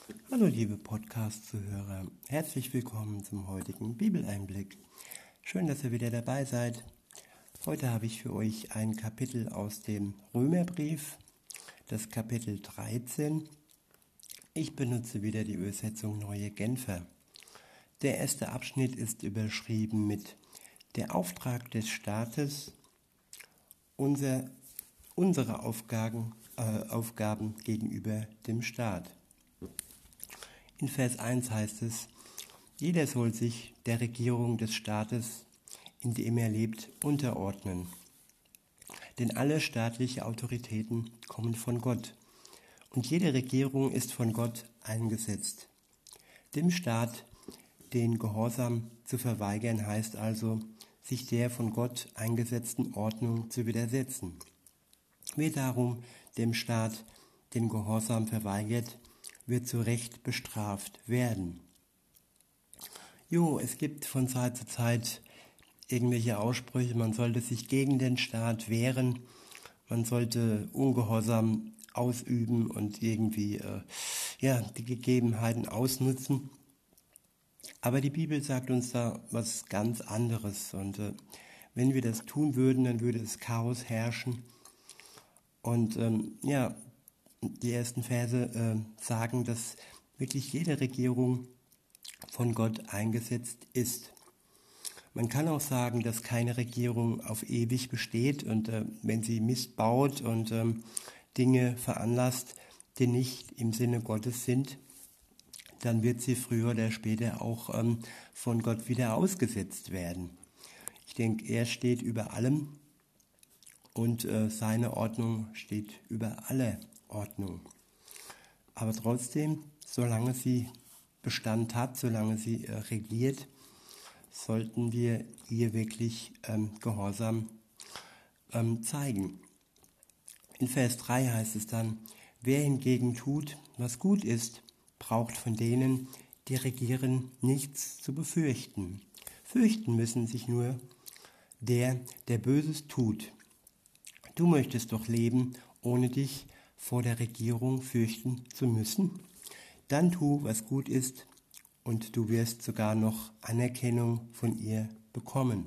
Hallo liebe Podcast-Zuhörer, herzlich willkommen zum heutigen Bibeleinblick. Schön, dass ihr wieder dabei seid. Heute habe ich für euch ein Kapitel aus dem Römerbrief, das Kapitel 13. Ich benutze wieder die Übersetzung Neue Genfer. Der erste Abschnitt ist überschrieben mit Der Auftrag des Staates, unsere Aufgaben gegenüber dem Staat. In Vers 1 heißt es, jeder soll sich der Regierung des Staates, in dem er lebt, unterordnen. Denn alle staatliche Autoritäten kommen von Gott und jede Regierung ist von Gott eingesetzt. Dem Staat den Gehorsam zu verweigern heißt also, sich der von Gott eingesetzten Ordnung zu widersetzen. Wer darum dem Staat den Gehorsam verweigert, wird zu Recht bestraft werden. Es gibt von Zeit zu Zeit irgendwelche Aussprüche, man sollte sich gegen den Staat wehren, man sollte Ungehorsam ausüben und irgendwie die Gegebenheiten ausnutzen. Aber die Bibel sagt uns da was ganz anderes und wenn wir das tun würden, dann würde es Chaos herrschen. Und die ersten Verse sagen, dass wirklich jede Regierung von Gott eingesetzt ist. Man kann auch sagen, dass keine Regierung auf ewig besteht und wenn sie Mist baut und Dinge veranlasst, die nicht im Sinne Gottes sind, dann wird sie früher oder später auch von Gott wieder ausgesetzt werden. Ich denke, er steht über allem und seine Ordnung steht über alle Ordnung. Aber trotzdem, solange sie Bestand hat, solange sie regiert, sollten wir ihr wirklich Gehorsam zeigen. In Vers 3 heißt es dann, wer hingegen tut, was gut ist, braucht von denen, die regieren, nichts zu befürchten. Fürchten müssen sich nur der Böses tut. Du möchtest doch leben, ohne dich vor der Regierung fürchten zu müssen? Dann tu, was gut ist, und du wirst sogar noch Anerkennung von ihr bekommen.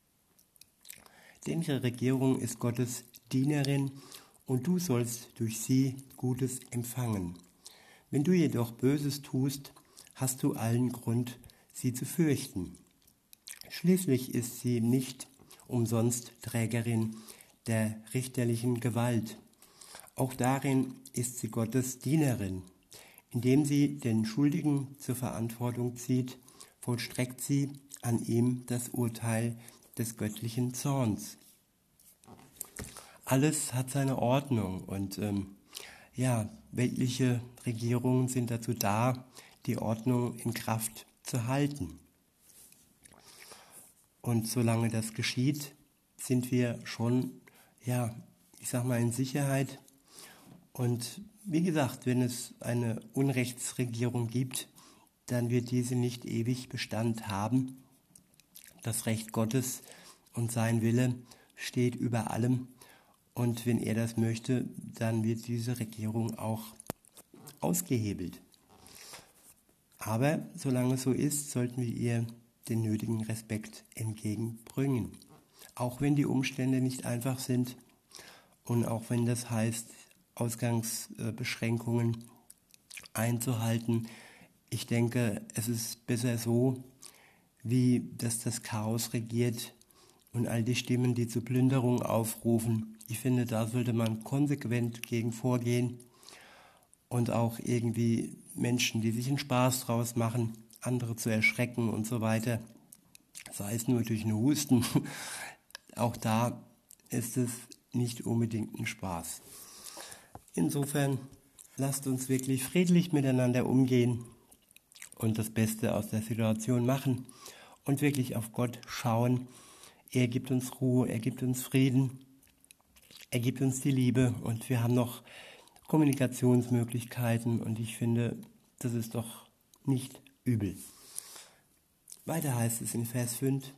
Denn ihre Regierung ist Gottes Dienerin und du sollst durch sie Gutes empfangen. Wenn du jedoch Böses tust, hast du allen Grund, sie zu fürchten. Schließlich ist sie nicht umsonst Trägerin der richterlichen Gewalt. Auch darin ist sie Gottes Dienerin. Indem sie den Schuldigen zur Verantwortung zieht, vollstreckt sie an ihm das Urteil des göttlichen Zorns. Alles hat seine Ordnung und weltliche Regierungen sind dazu da, die Ordnung in Kraft zu halten. Und solange das geschieht, sind wir schon, in Sicherheit. Und wie gesagt, wenn es eine Unrechtsregierung gibt, dann wird diese nicht ewig Bestand haben. Das Recht Gottes und sein Wille steht über allem. Und wenn er das möchte, dann wird diese Regierung auch ausgehebelt. Aber solange es so ist, sollten wir ihr den nötigen Respekt entgegenbringen. Auch wenn die Umstände nicht einfach sind und auch wenn das heißt, Ausgangsbeschränkungen einzuhalten. Ich denke, es ist besser so, wie dass das Chaos regiert und all die Stimmen, die zur Plünderung aufrufen. Ich finde, da sollte man konsequent gegen vorgehen und auch irgendwie Menschen, die sich einen Spaß draus machen, andere zu erschrecken und so weiter, sei es nur durch einen Husten, auch da ist es nicht unbedingt ein Spaß. Insofern lasst uns wirklich friedlich miteinander umgehen und das Beste aus der Situation machen und wirklich auf Gott schauen. Er gibt uns Ruhe, er gibt uns Frieden, er gibt uns die Liebe und wir haben noch Kommunikationsmöglichkeiten und ich finde, das ist doch nicht übel. Weiter heißt es in Vers 5,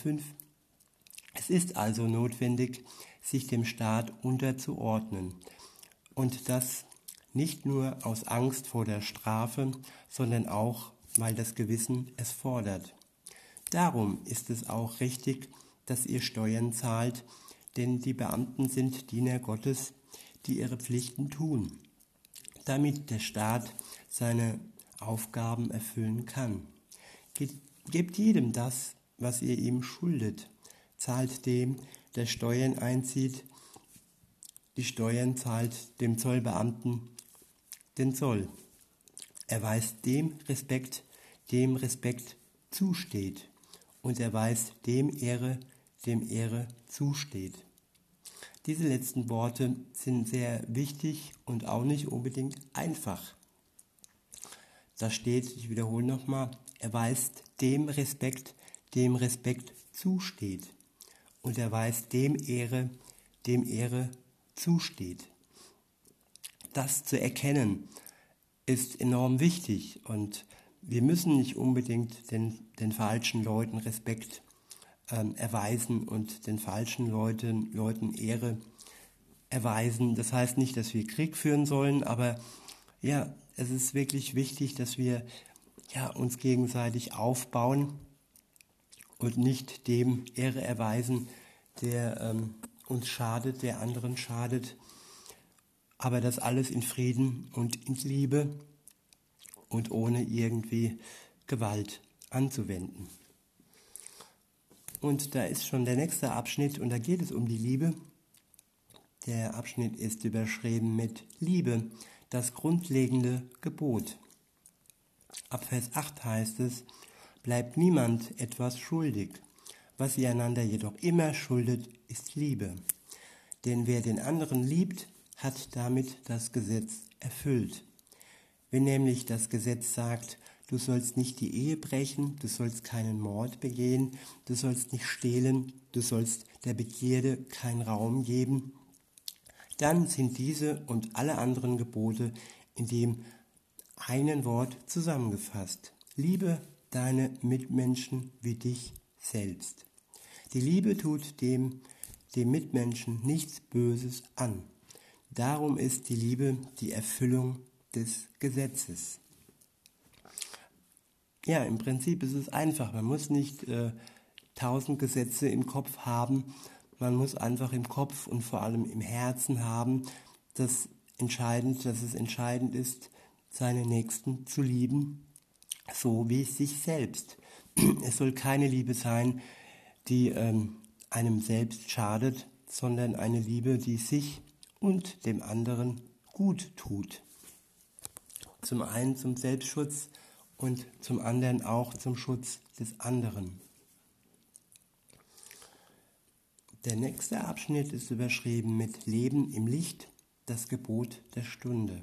es ist also notwendig, sich dem Staat unterzuordnen und das Nicht nur aus Angst vor der Strafe, sondern auch, weil das Gewissen es fordert. Darum ist es auch richtig, dass ihr Steuern zahlt, denn die Beamten sind Diener Gottes, die ihre Pflichten tun, damit der Staat seine Aufgaben erfüllen kann. Gebt jedem das, was ihr ihm schuldet. Zahlt dem, der Steuern einzieht, die Steuern, zahlt dem Zollbeamten den Zoll. Erweist dem Respekt zusteht. Und erweist dem Ehre zusteht. Diese letzten Worte sind sehr wichtig und auch nicht unbedingt einfach. Da steht, ich wiederhole nochmal, erweist dem Respekt zusteht. Und erweist dem Ehre zusteht. Das zu erkennen ist enorm wichtig und wir müssen nicht unbedingt den falschen Leuten Respekt erweisen und den falschen Leuten Ehre erweisen. Das heißt nicht, dass wir Krieg führen sollen, aber ja, es ist wirklich wichtig, dass wir uns gegenseitig aufbauen und nicht dem Ehre erweisen, der uns schadet, der anderen schadet, aber das alles in Frieden und in Liebe und ohne irgendwie Gewalt anzuwenden. Und da ist schon der nächste Abschnitt und da geht es um die Liebe. Der Abschnitt ist überschrieben mit Liebe, das grundlegende Gebot. Ab Vers 8 heißt es, bleibt niemand etwas schuldig. Was ihr einander jedoch immer schuldet, ist Liebe. Denn wer den anderen liebt, hat damit das Gesetz erfüllt. Wenn nämlich das Gesetz sagt, du sollst nicht die Ehe brechen, du sollst keinen Mord begehen, du sollst nicht stehlen, du sollst der Begierde keinen Raum geben, dann sind diese und alle anderen Gebote in dem einen Wort zusammengefasst. Liebe deine Mitmenschen wie dich selbst. Die Liebe tut dem Mitmenschen nichts Böses an. Darum ist die Liebe die Erfüllung des Gesetzes. Ja, im Prinzip ist es einfach. Man muss nicht 1000 Gesetze im Kopf haben. Man muss einfach im Kopf und vor allem im Herzen haben, dass es entscheidend ist, seine Nächsten zu lieben, so wie sich selbst. Es soll keine Liebe sein, die einem selbst schadet, sondern eine Liebe, die sich und dem anderen gut tut. Zum einen zum Selbstschutz und zum anderen auch zum Schutz des anderen. Der nächste Abschnitt ist überschrieben mit Leben im Licht, das Gebot der Stunde.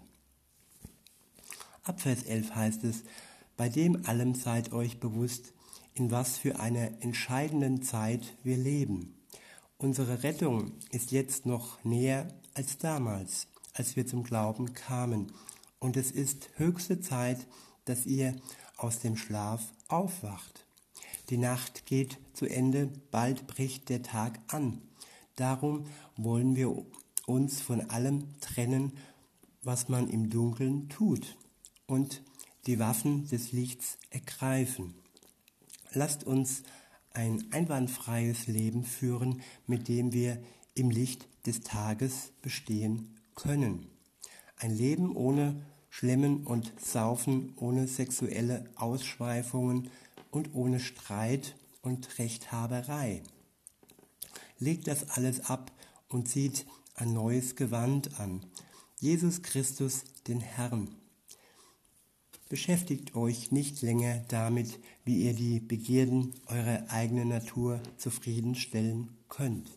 Ab Vers 11 heißt es, bei dem allem seid euch bewusst, in was für einer entscheidenden Zeit wir leben. Unsere Rettung ist jetzt noch näher als damals, als wir zum Glauben kamen. Und es ist höchste Zeit, dass ihr aus dem Schlaf aufwacht. Die Nacht geht zu Ende, bald bricht der Tag an. Darum wollen wir uns von allem trennen, was man im Dunkeln tut, und die Waffen des Lichts ergreifen. Lasst uns ein einwandfreies Leben führen, mit dem wir im Licht des Tages bestehen können. Ein Leben ohne Schlemmen und Saufen, ohne sexuelle Ausschweifungen und ohne Streit und Rechthaberei. Legt das alles ab und zieht ein neues Gewand an. Jesus Christus, den Herrn. Beschäftigt euch nicht länger damit, wie ihr die Begierden eurer eigenen Natur zufriedenstellen könnt.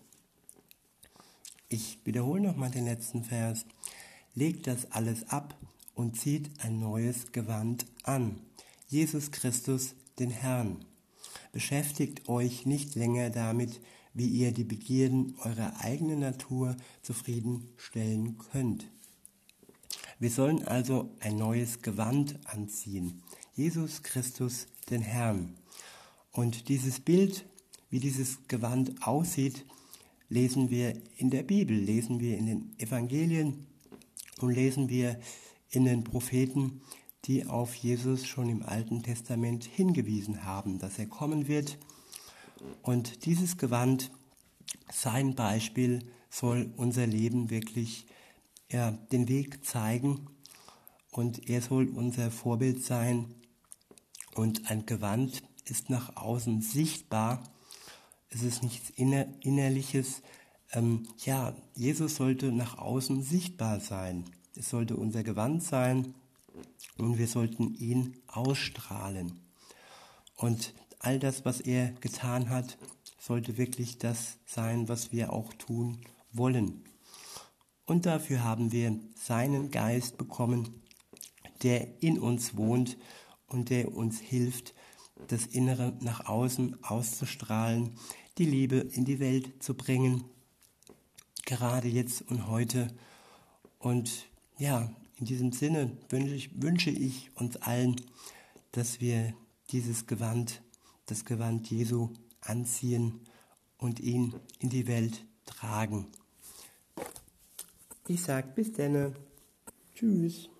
Ich wiederhole nochmal den letzten Vers. Legt das alles ab und zieht ein neues Gewand an. Jesus Christus, den Herrn. Beschäftigt euch nicht länger damit, wie ihr die Begierden eurer eigenen Natur zufriedenstellen könnt. Wir sollen also ein neues Gewand anziehen. Jesus Christus, den Herrn. Und dieses Bild, wie dieses Gewand aussieht, lesen wir in der Bibel, lesen wir in den Evangelien Nun lesen wir in den Propheten, die auf Jesus schon im Alten Testament hingewiesen haben, dass er kommen wird. Und dieses Gewand, sein Beispiel, soll unser Leben wirklich den Weg zeigen. Und er soll unser Vorbild sein. Und ein Gewand ist nach außen sichtbar. Es ist nichts Innerliches. Jesus sollte nach außen sichtbar sein. Es sollte unser Gewand sein und wir sollten ihn ausstrahlen. Und all das, was er getan hat, sollte wirklich das sein, was wir auch tun wollen. Und dafür haben wir seinen Geist bekommen, der in uns wohnt und der uns hilft, das Innere nach außen auszustrahlen, die Liebe in die Welt zu bringen, gerade jetzt und heute. Und ja, in diesem Sinne wünsche ich uns allen, dass wir dieses Gewand, das Gewand Jesu anziehen und ihn in die Welt tragen. Ich sage bis dann. Tschüss.